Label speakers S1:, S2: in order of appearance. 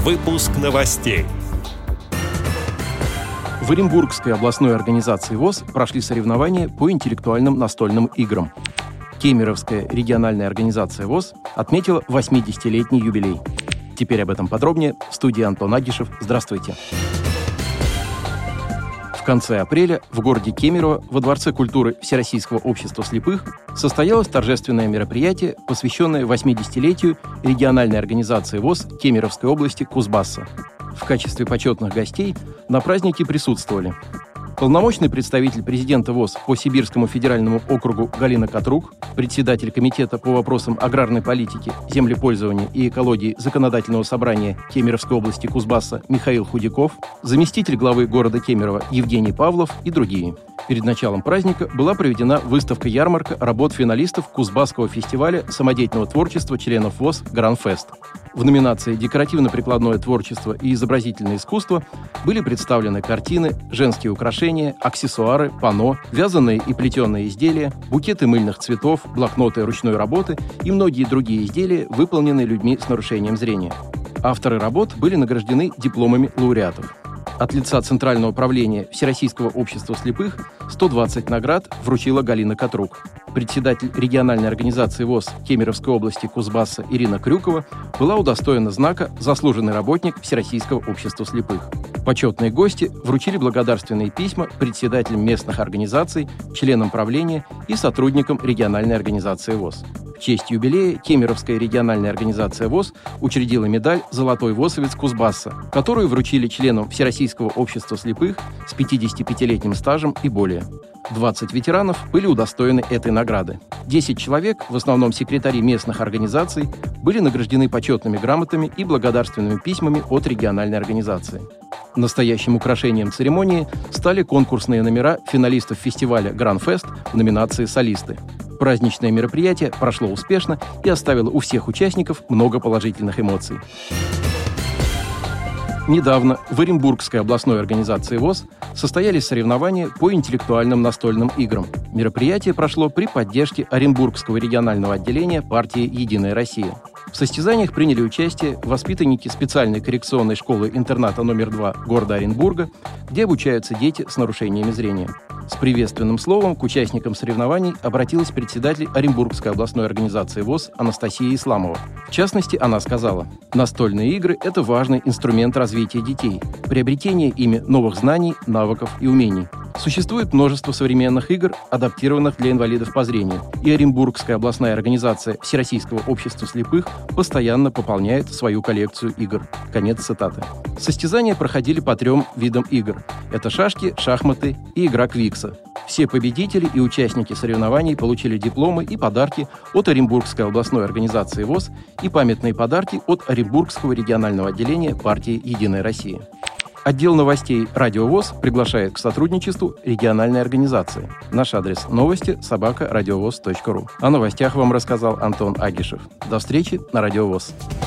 S1: Выпуск новостей.
S2: В Оренбургской областной организации ВОС прошли соревнования по интеллектуальным настольным играм. Кемеровская региональная организация ВОС отметила 80-летний юбилей. Теперь об этом подробнее. В студии Антон Агишев. Здравствуйте. В конце апреля в городе Кемерово во Дворце культуры Всероссийского общества слепых состоялось торжественное мероприятие, посвященное 80-летию региональной организации ВОС Кемеровской области Кузбасса. В качестве почетных гостей на празднике присутствовали полномочный представитель президента ВОС по Сибирскому федеральному округу Галина Катрук, председатель комитета по вопросам аграрной политики, землепользования и экологии Законодательного собрания Кемеровской области Кузбасса Михаил Худяков, заместитель главы города Кемерово Евгений Павлов и другие. Перед началом праздника была проведена выставка-ярмарка работ финалистов Кузбасского фестиваля самодеятельного творчества членов ВОС «Гранфест». В номинации «Декоративно-прикладное творчество и изобразительное искусство» были представлены картины, женские украшения, аксессуары, панно, вязаные и плетеные изделия, букеты мыльных цветов, блокноты ручной работы и многие другие изделия, выполненные людьми с нарушением зрения. Авторы работ были награждены дипломами лауреатов. От лица Центрального управления Всероссийского общества слепых 120 наград вручила Галина Катрук. Председатель региональной организации ВОС Кемеровской области Кузбасса Ирина Крюкова была удостоена знака «Заслуженный работник Всероссийского общества слепых». Почетные гости вручили благодарственные письма председателям местных организаций, членам правления и сотрудникам региональной организации ВОС. В честь юбилея Кемеровская региональная организация ВОС учредила медаль «Золотой ВОСовец Кузбасса», которую вручили членам Всероссийского общества слепых с 55-летним стажем и более. 20 ветеранов были удостоены этой награды. 10 человек, в основном секретари местных организаций, были награждены почетными грамотами и благодарственными письмами от региональной организации. Настоящим украшением церемонии стали конкурсные номера финалистов фестиваля «Гранфест» в номинации «Солисты». Праздничное мероприятие прошло успешно и оставило у всех участников много положительных эмоций. Недавно в Оренбургской областной организации ВОС состоялись соревнования по интеллектуальным настольным играм. Мероприятие прошло при поддержке Оренбургского регионального отделения партии «Единая Россия». В состязаниях приняли участие воспитанники специальной коррекционной школы-интерната номер 2 города Оренбурга, где обучаются дети с нарушениями зрения. С приветственным словом к участникам соревнований обратилась председатель Оренбургской областной организации ВОС Анастасия Исламова. В частности, она сказала: «Настольные игры – это важный инструмент развития детей, приобретения ими новых знаний, навыков и умений. Существует множество современных игр, адаптированных для инвалидов по зрению, и Оренбургская областная организация Всероссийского общества слепых постоянно пополняет свою коллекцию игр». Конец цитаты. Состязания проходили по 3 видам игр. Это шашки, шахматы и игра квикса. Все победители и участники соревнований получили дипломы и подарки от Оренбургской областной организации ВОС и памятные подарки от Оренбургского регионального отделения партии «Единая Россия». Отдел новостей «Радио ВОС» приглашает к сотрудничеству региональной организации. Наш адрес: новости@радиовос.ру. О новостях вам рассказал Антон Агишев. До встречи на Радио ВОС.